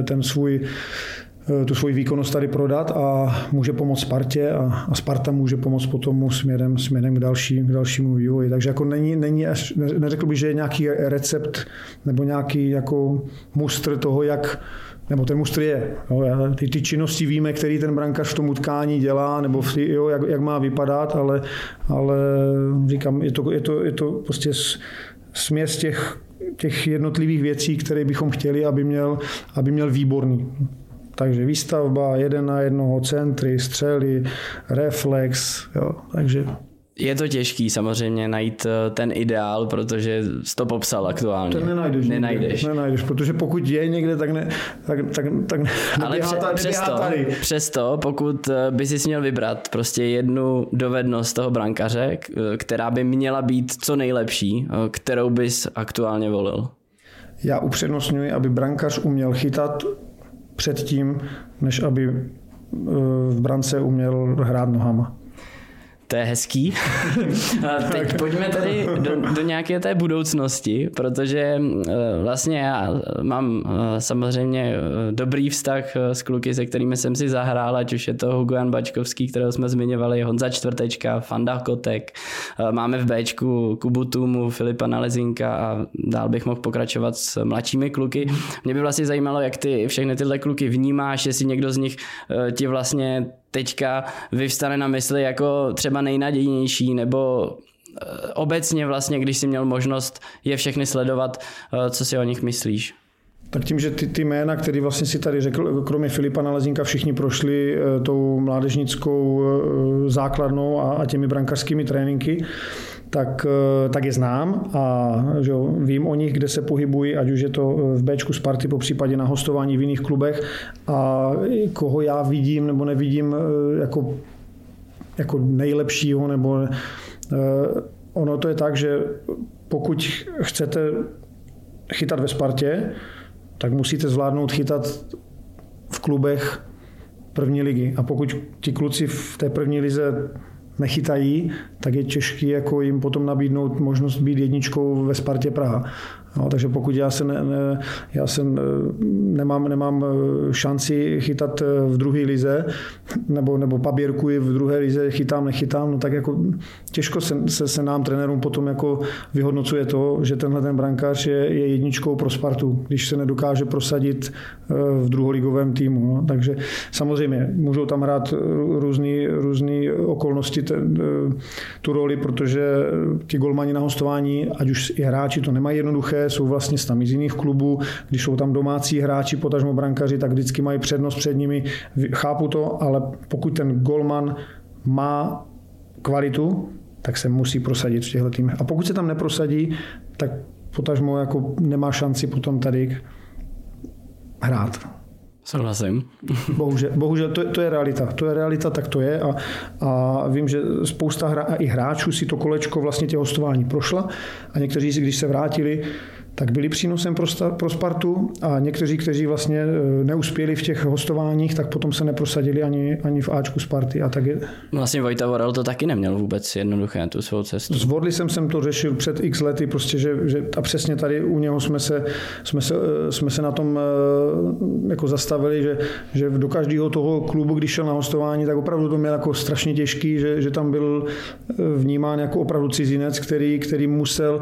tu svoji výkonnost tady prodat a může pomoct Spartě a Sparta může pomoct potom směrem k dalšímu vývoji. Takže jako neřekl bych, že je nějaký recept nebo nějaký jako mustr toho, nebo ten mustr je. Ty činnosti víme, který ten brankář v tom utkání dělá, nebo jak má vypadat, ale říkám, je to prostě směs těch jednotlivých věcí, které bychom chtěli, aby měl výborný. Takže výstavba, 1 na 1, centry, střely, reflex, jo, takže... Je to těžký samozřejmě najít ten ideál, protože jsi to popsal aktuálně. To nenajdeš, protože pokud je někde, tak ale přesto, pokud by si měl vybrat prostě jednu dovednost toho brankaře, která by měla být co nejlepší, kterou bys aktuálně volil? Já upřednostňuji, aby brankař uměl chytat předtím, než aby v brance uměl hrát nohama. To je hezký. Teď pojďme tady do nějaké té budoucnosti, protože vlastně já mám samozřejmě dobrý vztah s kluky, se kterými jsem si zahrál, ať už je to Hugo Jan Bačkovský, kterého jsme zmiňovali, Honza Čtvrtečka, Fanda Kotek, máme v Bčku Kubu Tumu, Filipa Nalezinka a dál bych mohl pokračovat s mladšími kluky. Mě by vlastně zajímalo, jak ty všechny tyhle kluky vnímáš, jestli někdo z nich ti vlastně teďka vyvstane na mysli jako třeba nejnadějnější, nebo obecně vlastně, když jsi měl možnost je všechny sledovat, co si o nich myslíš? Tak tím, že ty jména, který vlastně si tady řekl, kromě Filipa Nalezinka, všichni prošli tou mládežnickou základnou a těmi brankařskými tréninky, tak je znám a že vím o nich, kde se pohybují, ať už je to v Bčku Sparty, po případě na hostování v jiných klubech a koho já vidím nebo nevidím jako nejlepšího, nebo ono to je tak, že pokud chcete chytat ve Spartě, tak musíte zvládnout chytat v klubech první ligy. A pokud ti kluci v té první lize nechytají, tak je těžké jako jim potom nabídnout možnost být jedničkou ve Spartě Praha. No, takže pokud já se nemám šanci chytat v druhé lize, nebo paběrkuji v druhé lize, nechytám, no tak jako těžko se nám trenérům potom jako vyhodnocuje to, že tenhle ten brankář je jedničkou pro Spartu, když se nedokáže prosadit v druholigovém týmu. No. Takže samozřejmě můžou tam hrát různé okolnosti tu roli, protože ti golmani na hostování, ať už i hráči to nemají jednoduché, jsou vlastně z jiných klubů, když jsou tam domácí hráči, potažmo brankaři, tak vždycky mají přednost před nimi. Chápu to, ale pokud ten golman má kvalitu, tak se musí prosadit v těchto týmech. A pokud se tam neprosadí, tak potažmo jako nemá šanci potom tady hrát. Souhlasím. Bohužel to je realita. To je realita, tak to je. A vím, že spousta i hráčů si to kolečko vlastně těch hostování prošla a někteří, když se vrátili, tak byli přínosem pro Spartu a někteří, kteří vlastně neuspěli v těch hostováních, tak potom se neprosadili ani v Ačku Sparty. A tak je. Vlastně Vojta Vorel to taky neměl vůbec jednoduché, tu svou cestu. S Vodlisem jsem to řešil před x lety, prostě, že a přesně tady u něho jsme se na tom jako zastavili, že do každého toho klubu, když šel na hostování, tak opravdu to měl jako strašně těžký, že tam byl vnímán jako opravdu cizinec, který musel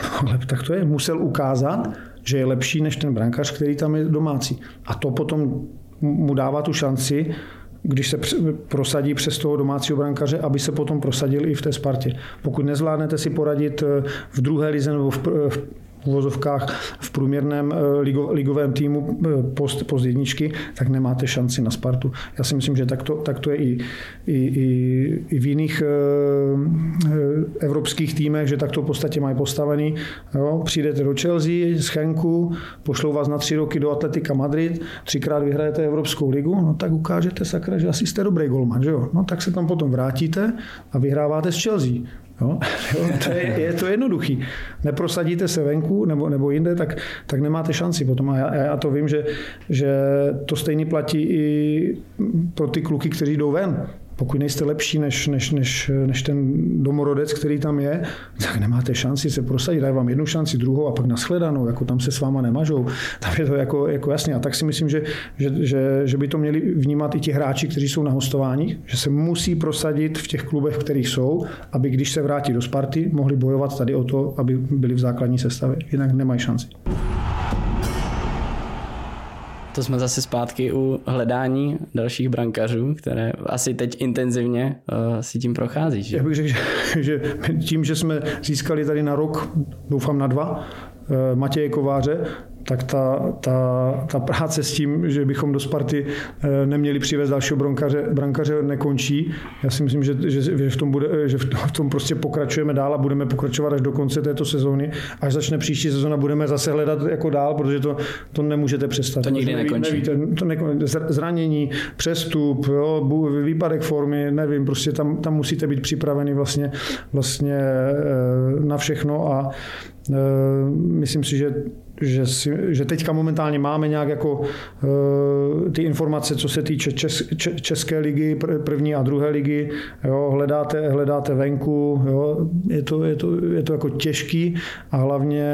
ukázat, že je lepší než ten brankář, který tam je domácí. A to potom mu dává tu šanci, když se prosadí přes toho domácího brankaře, aby se potom prosadil i v té Spartě. Pokud nezvládnete si poradit v druhé lize nebo v uvozovkách v průměrném ligovém týmu post jedničky, tak nemáte šanci na Spartu. Já si myslím, že tak to je i v jiných evropských týmech, že tak to v podstatě mají postavený. Jo, přijdete do Chelsea z Chenku, pošlou vás na 3 roky do Atletika Madrid, 3krát vyhrajete Evropskou ligu, no tak ukážete sakra, že asi jste dobrý golman, že jo? No tak se tam potom vrátíte a vyhráváte s Chelsea. Jo, je to jednoduchý. Neprosadíte se venku nebo jinde, tak nemáte šanci potom. A já to vím, že to stejně platí i pro ty kluky, kteří jdou ven. Pokud nejste lepší než ten domorodec, který tam je, tak nemáte šanci se prosadit. Dají vám jednu šanci, druhou a pak nashledanou, jako tam se s váma nemažou. Tam je to jako jasný. A tak si myslím, že by to měli vnímat i ti hráči, kteří jsou na hostováních, že se musí prosadit v těch klubech, kterých jsou, aby když se vrátí do Sparty, mohli bojovat tady o to, aby byli v základní sestavě. Jinak nemají šanci. To jsme zase zpátky u hledání dalších brankařů, které asi teď intenzivně si tím prochází. Že? Já bych řekl, že tím, že jsme získali tady na rok, doufám na 2, Matěje Kováře, tak ta práce s tím, že bychom do Sparty neměli přivést dalšího brankaře, nekončí. Já si myslím, že v tom prostě pokračujeme dál a budeme pokračovat až do konce této sezóny. Až začne příští sezóna, budeme zase hledat jako dál, protože to nemůžete přestat. To nikdy nekončí. Nevíte, zranění, přestup, jo, výpadek formy, nevím, prostě tam musíte být připraveni vlastně na všechno a myslím si, že teďka momentálně máme nějak jako ty informace, co se týče České ligy, první a druhé ligy, jo, hledáte venku, jo, je to jako těžký a hlavně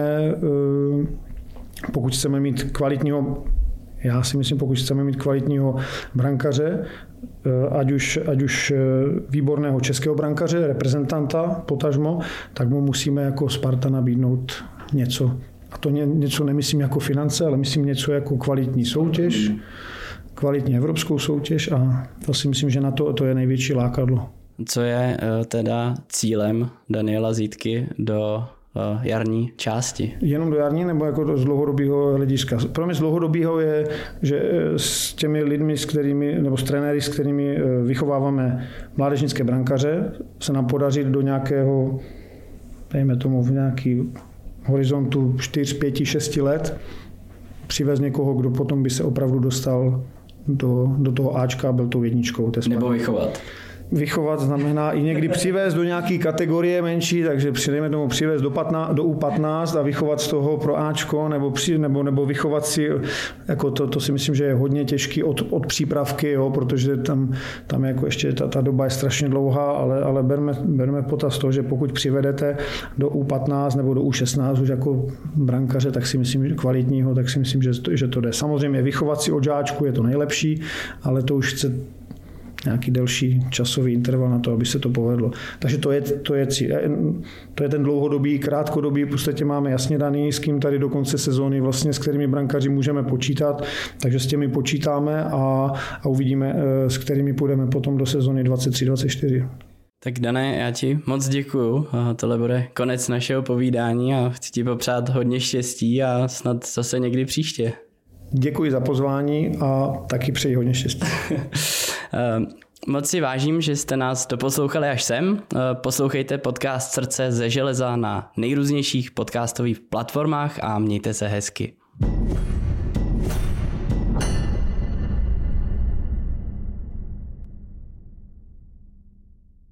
pokud chceme mít kvalitního, já si myslím, pokud chceme mít kvalitního brankaře, ať už výborného českého brankaře, reprezentanta potažmo, tak mu musíme jako Sparta nabídnout něco. A to něco nemyslím jako finance, ale myslím něco jako kvalitní soutěž, kvalitní evropskou soutěž a to si myslím, že na to je největší lákadlo. Co je teda cílem Daniela Zítky do jarní části? Jenom do jarní nebo jako z dlouhodobého hlediska? Pro mě z dlouhodobého je, že s těmi lidmi, s trenéry, s kterými vychováváme mládežnické brankaře, se nám podaří do nějakého, dejme tomu v nějaký horizontu 4, 5, 6 let přivez někoho, kdo potom by se opravdu dostal do toho Ačka a byl tou jedničkou. Nebo vychovat. Vychovat znamená i někdy přivést do nějaké kategorie menší, takže dejme tomu přivést do U15 a vychovat z toho pro Ačko, nebo vychovat si, jako to si myslím, že je hodně těžký od přípravky, jo, protože tam jako ještě ta doba je strašně dlouhá, ale berme potaz to, že pokud přivedete do U15 nebo do U16 už jako brankaře, tak si myslím, kvalitního, tak si myslím, že to jde. Samozřejmě vychovat si od žáčku je to nejlepší, ale to už chce nějaký delší časový interval na to, aby se to povedlo. Takže to je cíl. To je ten dlouhodobý, krátkodobý, v podstatě máme jasně daný, s kým tady do konce sezóny vlastně, s kterými brankaři můžeme počítat, takže s těmi počítáme a uvidíme, s kterými půjdeme potom do sezóny 23-24. Tak Dané, já ti moc děkuju. Tohle bude konec našeho povídání a chci ti popřát hodně štěstí a snad zase někdy příště. Děkuji za pozvání a taky přeji hodně štěstí. Moc si vážím, že jste nás doposlouchali až sem. Poslouchejte podcast Srdce ze železa na nejrůznějších podcastových platformách a mějte se hezky.